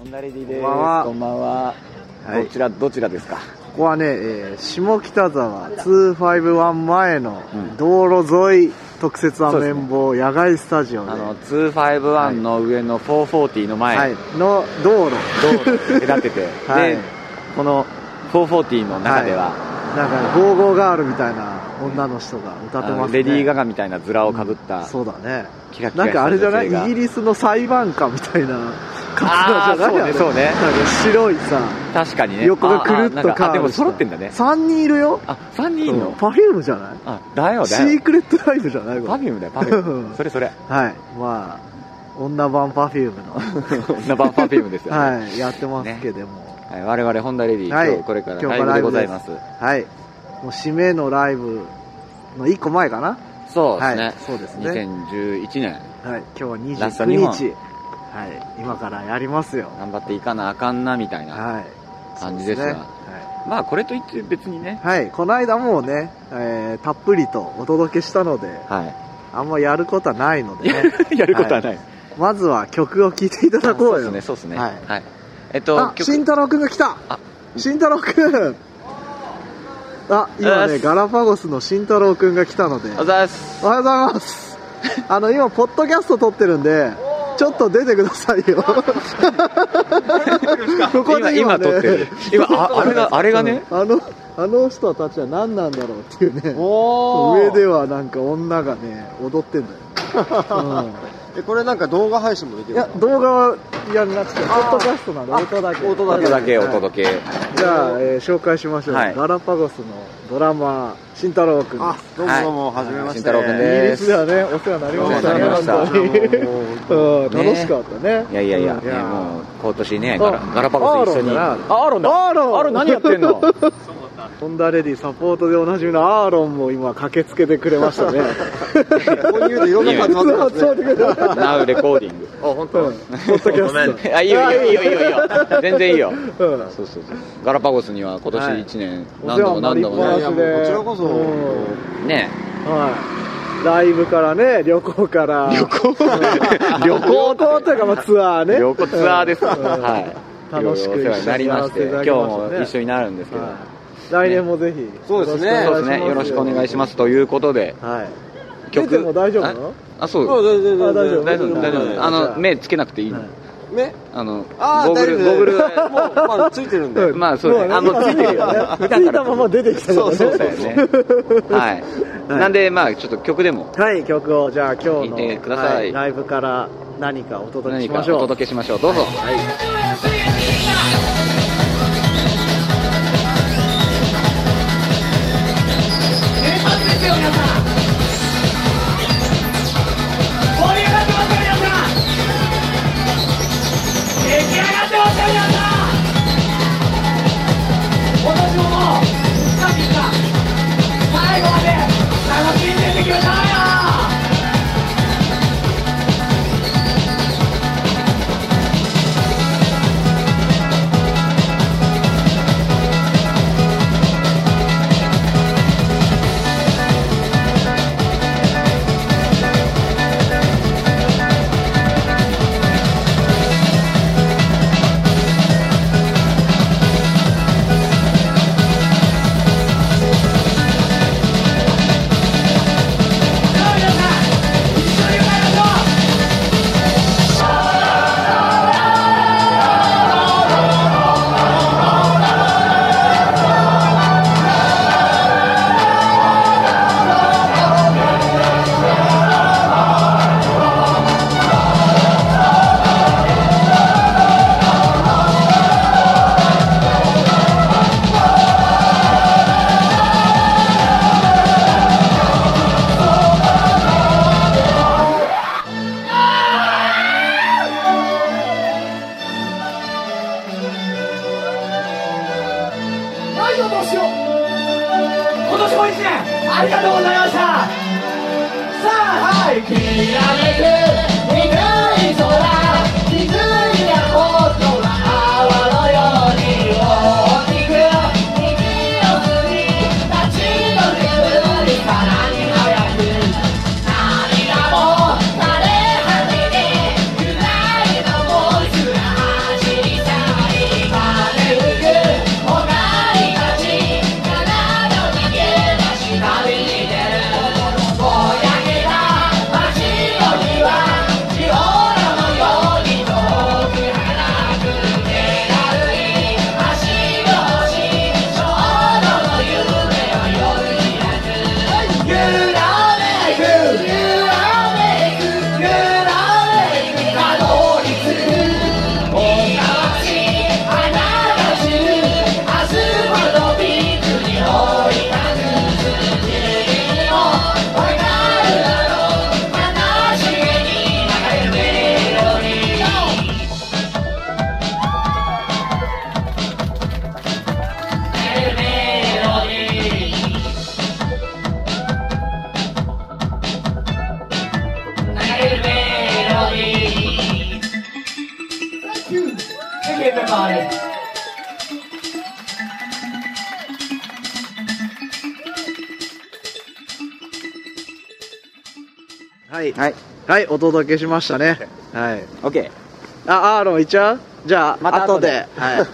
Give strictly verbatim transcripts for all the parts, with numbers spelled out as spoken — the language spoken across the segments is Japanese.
ホンダレディです。 こんばんは。 こんばんは。 はい、 どちらどちらですか。 ここはね、えー、下北沢にひゃくごじゅういち前の道路沿い特設アメンボ野外スタジオで、 あのにひゃくごじゅういちの上のよんひゃくよんじゅうの前、 はい、の道路道路隔てて、はい、でこのよんひゃくよんじゅうの中では、 はい、なんかゴーゴーガールみたいな女の人が歌ってますね。 レディー・ガガみたいなズラをかぶった、 うん、そうだね。 キラキラした女性が、 なんかあれじゃない、イギリスの裁判官みたいなカツラじゃない。 そうね、そうね。 なんか白いさ、 確かにね、 横がくるっとカーブした。 あ、でも揃ってんだね。 さんにんいるよ。 あ、さんにんいるの。 パフュームじゃない。 あ、だよだよ。 シークレットライブじゃない。 パフュームだよ、パフューム。それそれ。 はい、まあ女版パフュームの女版パフュームですよね。 はい、やってますけども、 はい、我々ホンダレディ、はい、今日これからライブでございます。 はい、もう締めのライブのいっこまえかな。 そうですね、 はい、そうですね。 にせんじゅういちねん、 はい、今日はにじゅうくにち、はい、今からやりますよ。 頑張っていかなあかんなみたいな感じですが、はい、まあこれといって別にね、 はい、この間もうね、えー、たっぷりとお届けしたので、はい、あんまやることはないのでねやることはない、はい、 まずは曲を聴いていただこうよ。 そうですね、そうですね、 はい、 はい、えっとあ、慎太郎くんが来た。 あ、 慎太郎くん、あ、今ね、ガラパゴスの慎太郎くんが来たので、 おはようございます。 おはようございます。あの今ポッドキャスト撮ってるんでちょっと出てくださいよここで 今, ね、今撮ってる今 あ, あれがあれがね、 うん、あのあの人たちは何なんだろうっていうね、上ではなんか女がね踊ってんだよ、うんえ、これなんか動画配信もできるの？ いや、動画はやんなくて、ポッドキャストなんで音だけ音だけだけお届け、はい、 じゃあ、えー、紹介しましょう、はい、ガラパゴスのドラマー慎太郎くん。 あ、どうもどうも、はじめまして。 慎太郎くんです。 イギリスではね、お世話になりましたね、本当に楽しかったね。 いやいやいや、ね、もう今年ね、ガラ、ガラパゴス一緒に、あ、アーロンだ、 アーロン、 アーロン何やってんのホンダレディサポートでおなじみのアーロンも今駆けつけてくれましたね。 こういうのいろんな感じますね。 ナウレコーディング。 あ、本当。 ポッドキャスト。 あ、いいよいいよいいよいいよいいよ。全然いいよ。そうそうそう。ガラパゴスには今年一年何度も何度もね。 こちらこそね。 はい。ライブからね、旅行から。 旅行。 旅行というかまあツアーね。 旅行ツアーです。はい。 楽しくお世話になりまして、今日も一緒になるんですけど。 来年もぜひ、 そうですね、 そうですね、よろしくお願いしますということで、 はい、曲も大丈夫なの？ あ、そう、 大丈夫、 大丈夫、大丈夫、あの目つけなくていいの？ 目？ あのゴーグル、ゴーグルもうまあついてるんで、 まあそうですね、あのついてるよね、 ついたまま出てきたよね。 そうだよね。はい。なんでまあちょっと曲でも、 はい、曲をじゃあ今日の聴いてください。 ライブから何かお届けしましょう。 お届けしましょう。どうぞ。はい。 ありがとうございました。さあ、はい、きらめく未来空、気づいたことが泡のように大きく息を吸い立ちの眠りさらに早く涙も枯れ果てて揺らいだボイスが走りきゅう エーケー メンバーです。 はいはいはいお届けしましたね。はい OK。 あアーロンいっちゃう？じゃあまた後ではい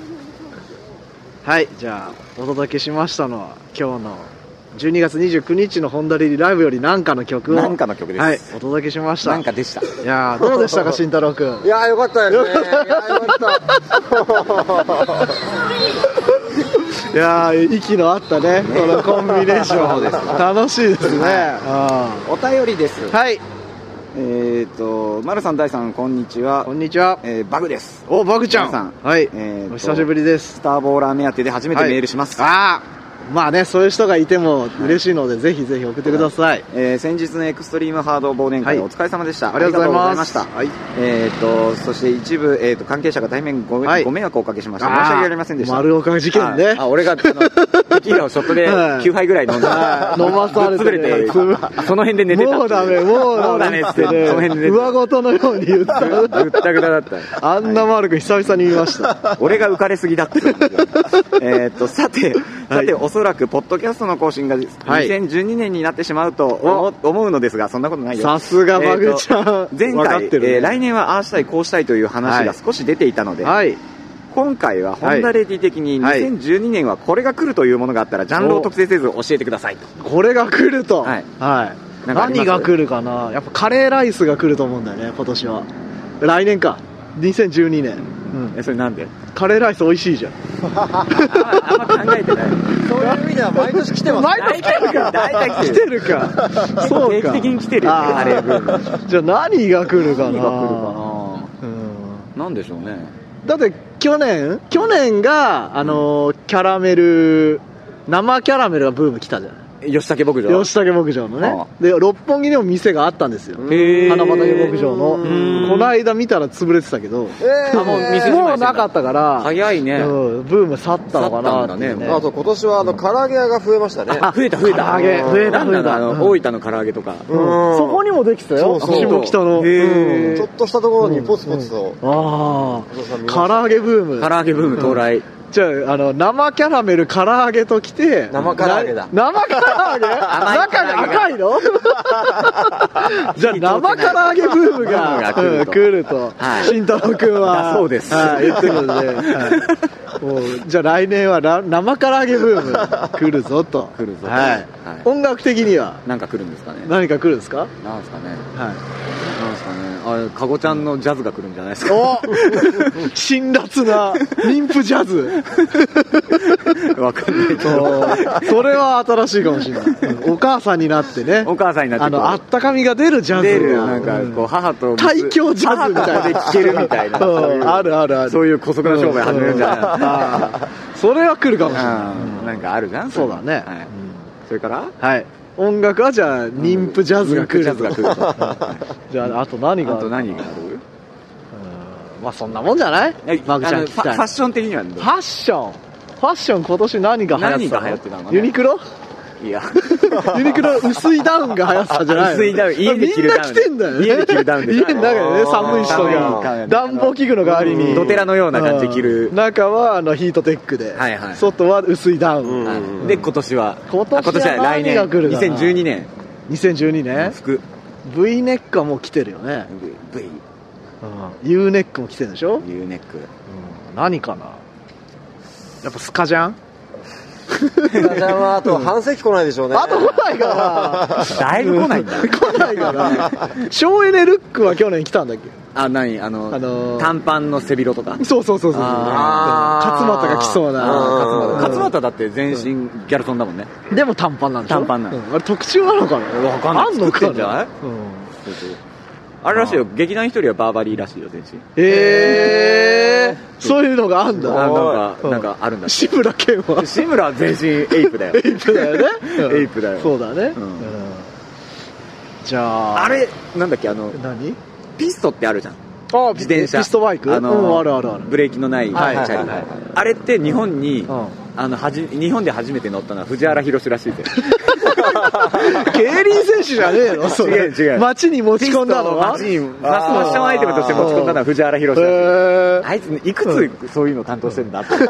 はいじゃあお届けしましたのは今日のじゅうにがつにじゅうくにちのホンダリリライブよりなんかの曲をなんかの曲です。 はいお届けしました。 なんかでした。 いやーどうでしたか慎太郎くん。 いやーよかったですね。いやーよかった。 いやー息の合ったねこのコンビネーション。 そうです楽しいですね。あお便りです。 ーはいえっと丸さん大さんこんにちは。 こんにちは。 えーバグです。 おバグちゃん皆さんはい、 えーとお久しぶりですス。ターボーラー目当てで初めてメールします。 ああまあねそういう人がいても嬉しいので、ぜひぜひ送ってください。 えー先日のエクストリームハード忘年会、 はいお疲れ様でした。 ありがとうございます。 ありがとうございました。 はいえー、とそして一部、えー、と関係者が大変ご,、 はいご迷惑をおかけしました。申し訳ありませんでした。 丸岡事件ね。 ああ俺があのテキーラをショットではいきゅうはいぐらい飲んで、 はい飲まされてぶっ潰れてその辺で寝てた。 もうダメもうダメもうダメっつってってねその辺で寝て上ごとのように言ったた。ぐったぐただった。 あんな丸く久々に見ました。 俺が浮かれすぎだっていう話だえーとさてさて、おそらくポッドキャストの更新がにせんじゅうにねんになってしまうと思,、思うのですが、そんなことないよ。 さすがバグちゃん、 えーと前分か回、 ってるねえー来年はああしたいこうしたいという話が少し出ていたので、 はい今回はホンダレディ的にはいにせんじゅうにねんはこれが来るというものがあったらジャンルを特定せず教えてくださいと。 これが来るとはいはいなんかあります何が来るかな。やっぱカレーライスが来ると思うんだよね今年は。来年かにせんじゅうにねん、うん、 えそれなんでカレーライス美味しいじゃん。 ああんま考えてない。 そういう意味では毎年来てますね。 毎年来てるか大体来来てるかそうか定期的に来てるよねあーカレーブーム。 じゃあ何が来るかな。 何が来るかうんな。なんでしょうね。 だって去年去年があのーキャラメル生キャラメルがブーム来たじゃない。 吉武牧場。 吉武牧場のね、 はで六本木にも店があったんですよ。 へー花畑牧場のんこの間見たら潰れてたけど、 えーあもう店じまいしてんだもうなかったから早いね。 うん、ブーム去ったのかなって去ったんだねあと今年はあの唐揚げ屋が増えましたね。 あ増えた増えた。 唐揚げ増えたなんだろう増えたあのうん大分の唐揚げとか。 うんそこにもできてたよ。 そうそう下北の。 へーちょっとしたところにポツポツと。 うんあうんあ唐揚げブーム。 唐揚げブーム到来。 じゃあ、あの、生キャラメル唐揚げときて、 生唐揚げだな生唐揚げ甘い中が赤いのじゃあ、生唐揚げブームがが来るとうん来ると。 はい慎太郎くんは。 だそうですはい、言ってるので。はいもうじゃあ来年はら生唐揚げブーム来るぞと。 来るぞとはい。 はい音楽的にはなんか来るんですかね。 何か来るんですか？ なんですかね。 はい。 なんですかね。あれかごちゃんのジャズが来るんじゃないですか。 お辛辣な妊婦ジャズ。 わかんないけど。 そうそれは新しいかもしれない。お母さんになってね。 お母さんになってあの、あったかみが出るジャズが。 出るなんかこう母と対響ジャズみたいな。 母と子で聴けるみたいな。 うんあるあるある。 そういう姑息な商売始めるんじゃない。 あーそれは来るかもしれない。 うんなんかあるじゃん。 そうだね。 はいそれからはい。音楽はじゃあ、妊婦ジャズが来る。 ジャズが来ると。 じゃあ、あと何があと何がある？ うんまあそんなもんじゃないえマグちゃあのん聞きたい。 ファファッション的にはどうファッションファッション今年何が流行ってたの？ 何が流行ってたのねユニクロいやユニクロ薄いダウンが流行ってたんじゃないの？ 薄いダウン家で着るダウンみんな着てんだよね。 家で着るダウンでしょ家の中でね、寒い人寒いが寒い暖房器具の代わりにドテラのような感じで着るうん中はあのヒートテックで、 はいはい外は薄いダウン、 うんはいで今年は今年はあ今年は来何が来るかな年にせんじゅうにねんにせんじゅうにねん服 V ネックはもう来てるよね、 V うん U ネックも来てるでしょ、 U ネックうん何かな、やっぱスカジャンじゃあまああと半世紀来ないでしょうね。 あと来ないかなだいぶ来ないんだ来ないかな省エネルックは去年来たんだっけ？ あ何あのあのー短パンの背広とかそうそうそうそうあー勝俣が来そうあなー勝俣うん勝俣だって全身ギャルソンだもんねでも短パンなんでしょ？ 短パンなのうんあれ特注なのかな？ わかんないあんのか作ってんじゃないうんそうそうあれらしいよ劇団一人はバーバリーらしいよ全身へえそういうのがあんあだ。 なんかうんなんかあるんだって志村けんは志村は全身エイプだよエイプだよね。うんエイプだよそうだね。 うんうんじゃああれなんだっけあの何？ ピストってあるじゃんあ自転車ピストバイク？ あのうんあるあるある。 ブレーキのないチはいャリはいはいはいあれって日本にうんあのはじ日本で初めて乗ったのは藤原宏らしいですよ競輪選手じゃねえのそれ。 違う違う街に持ち込んだのは街にファストファッションアイテムとして持ち込んだのは藤原宏だし、 へーあいついくつそういうの担当してんだって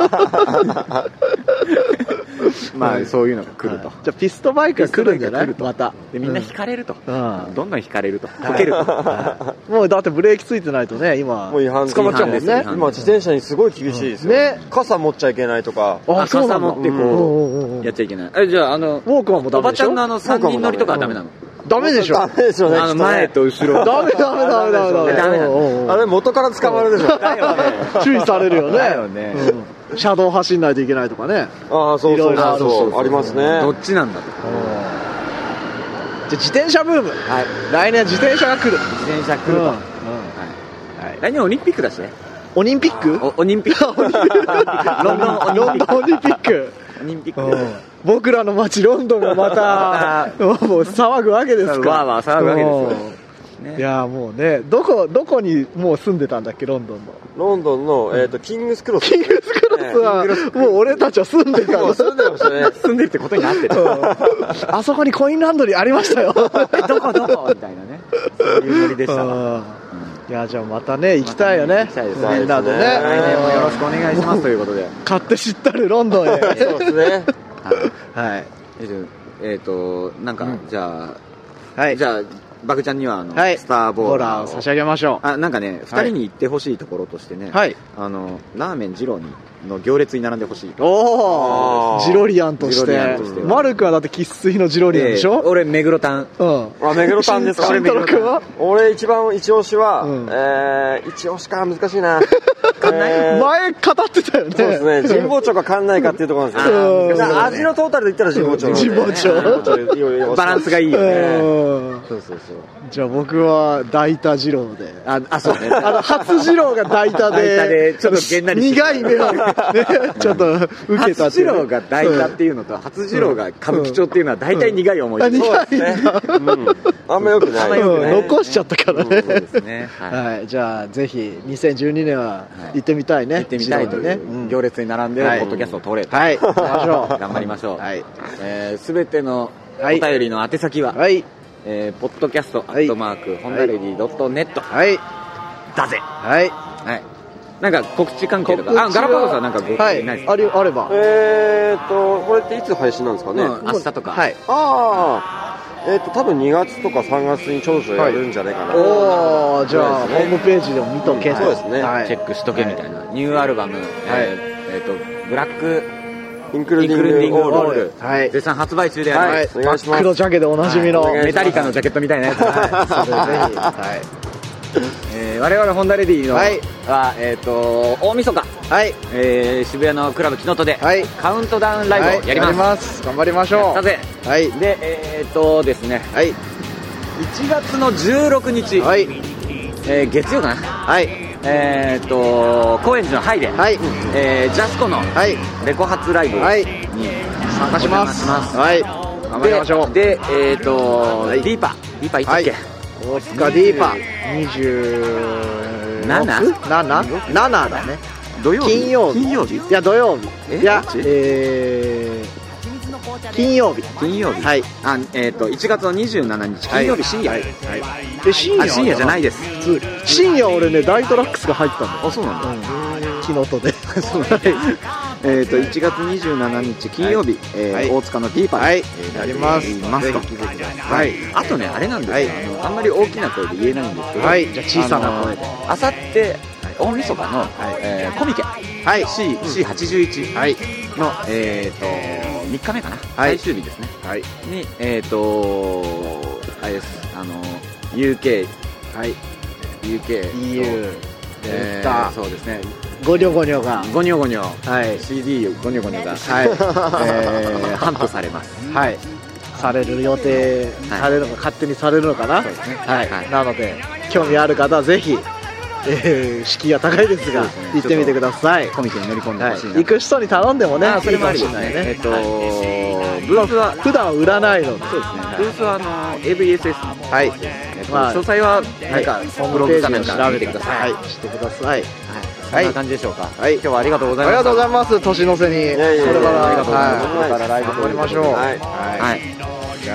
まあそういうのが来ると、 じゃあピストバイクが来るんじゃないまた。 でみんな引かれると、 うんどんどん引かれると、こけると、 もうだってブレーキついてないとね、今もう違反捕まっちゃうもんね。 今自転車にすごい厳しいですよ、 ね、 傘持っちゃいけないとか。 あ、そうな傘持ってこうやっちゃいけない。え、じゃああのウォークマンもダおばちメでしょ。 ゃんのあのさんにん乗りとかはダメなの？ ダメでしょ。 ダメですよね。 あの前と後ろダメダメダメダメダメダメなのうんうんあれ元から捕まるでしょ。 だよね注意されるよね。 だよねうん車道走んないといけないとかね。 ああ、そういろいろあるそうそう。ありますね。 どっちなんだと。 じゃあ自転車ブーム。 はい。 来年は自転車が来る。 自転車来ると。 うんうんはい。来年オリンピックだしね。 オリンピック？ おオリンピック。ロンドンオリンピック。 ロンドンオリンピック。 オリンピック。 うん僕らの街ロンドンがまたもう騒ぐわけですから。 わーわー騒ぐわけですようんいやもうね、どこどこにもう住んでたんだっけロンドンの。 ロンドンの、えー、とキングスクロス。 キングスクロスはもう俺たちは住んでたの。 住んでましたね。 住んでるってことになってる。 あそこにコインランドリーありましたよ。 えどこどこみたいなね。そういうノリでしたわ。 うんいやじゃあまたね行きたいよね。 行きたいですねみんなでね。 来年もよろしくお願いしますということで。 買って知ったるロンドンへ。 そうですね。 はいえっとなんかじゃあはいじゃあバクちゃんにはあのはいスターボーボーラーをラーを差し上げましょう。 あなんかねふたりに行ってほしいところとしてね、 はいあのラーメン二郎にの行列に並んでほしい。 おおあージロリアンとしジロリアてンとしてはマルクはだって生粋のジロリアンでしょ。 俺目黒タン。 うんあ、目黒タンですか。 慎太郎君は俺一番一押しは、 うんえー、一押しか難しいな。 館内えー前語ってたよね。 そうですね。神保町か館内かっていうところなんですうよ。 んだから味のトータルで言ったら神保町なんで。 神保町神保町いいよいいよバランスがいいよね。 うんそうそうそう。 じゃあ僕は大田二郎で。 ああそうね。 あの初二郎が大田で大田でちょっとげんなりして苦い目をねちょっと受けたっていうね。 初次郎が大田っていうのと初次郎が歌舞伎町っていうのは大体苦い思い出。 あ苦いそうですね。うん。あんま良くない。 あんま良くないうん残しちゃったからね。 そうですね。はい。 はい、じゃあぜひにせんじゅうにねんは行ってみたいね。 行ってみたいという二郎にね。うん行列に並んでポはいッドキャストを撮れと。 はい、行きましょう。 頑張りましょう。 はい。 えーすべてのおはい便りの宛先は、 はい。 えーポッドキャストアはいットマークホンダレディドットネットはい。 だぜ。 はい。 はい。なんか告知関係とか、あ、 告知はガラパゴスはなんかご告知はい。 ないですか？ ありあれば。 えーと、これっていつ配信なんですかね。 うん明日とか。 はい。 ああ。えっ、と、多分にがつとかさんがつにちょろちょろやるんじゃないかな。 おー、じゃあ、 そうですねホームページでも見とけと。 そうですねはい。 チェックしとけみたいな。ニューアルバム、えーえーと、ブラックインクルインーディングクルーディングオール。 オール、 はい絶賛発売中であはいります。。 お願いします黒ジャケでおなじみの。 はいメタリカのジャケットみたいなやつ。 はい。それぜひ。はい。 えー我々ホンダレディのはいは、えっと、大晦日、 はい。 えー渋谷のクラブ木の戸で、 はいカウントダウンライブをやります。 す。頑張りましょう。 さて、 はい。 で、えっとですね、 はい。 いちがつのじゅうろくにち、 はい。 えー月曜かな、 はい。 えっと、高円寺のハイで、 はい。 えージャスコのはい。 レコ発ライブにはい。 参参加します。 お邪魔します。 はい。頑張りましょう。 で、でえっと、 はいディーパ、ディーパいつっけ、 大塚ディーパー。にじゅうなななな ななだね。 土曜日金曜日。 金曜日いや、土曜日。 えいやどっち、 えー、金曜日。 金曜日はい。 あえっ、といちがつのにじゅうしちにち金曜日深夜、 はい。はい。で、深夜あ深夜じゃないです。 普通深夜俺ね、大トラックスが入ってたんだよ。 あそうなんだ、 うん。木の音で。 えっ、といちがつにじゅうしちにち金曜日、えーはい大塚のティーパーで、 はいえーやりますやりますとぜひ来てくださいはい、あとねあれなんですよ、 はいあのあんまり大きな声で言えないんですけど、 はいじゃあ小さな声であさって大晦日の、えーコミケ、 はい。 シーはちじゅういちはい。 の、えー、とみっかめかな、 はい最終日ですねはい。 にえっ、とあれですあの ユーケーはい。 ユーケーイーユー。 え出たー、そうですねゴニョゴニョが。 ゴニョゴニョ、 はい。 シーディー ゴニョゴニョが、 はい。 えー、頒布されます。 はい。される予定、 はいされるのか、勝手にされるのかな。 そうですねはい。 はいなので、興味ある方はぜひ、えー、敷居が高いですが、 そうですね行ってみてください。 コミケに乗り込んではいほしいな、 行く人に頼んでもね、 あそれもありですいいかもしれないね。 ねえっと、ブースは普段売らないので。 そうですねブースはあの エーブイエスエス の、 はい。 えっとまあ詳細はなんか、 はい、ホーブログ画ムページを面から見調べてください。 てください、 はい、してください。 そんな感じでしょうか、 はい今日はありがとうごあざいましたりがとうございます。年の瀬に。 いやいやいやこれから、 ありがとうございますはい、これからライブはい頑張りましょう。 はいはい、 じゃ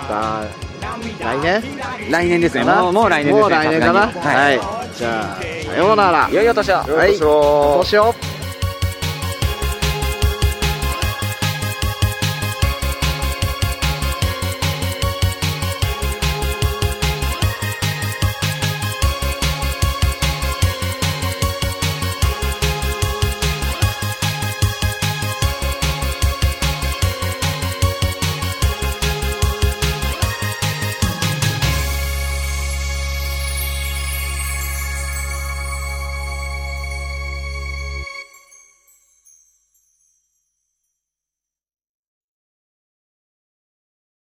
た来年来年ですね。 かなもうもう来年ですね。 もう来年かな。 さすがにはい。 じゃあさようなら。 良いお年を。 はい、お年を。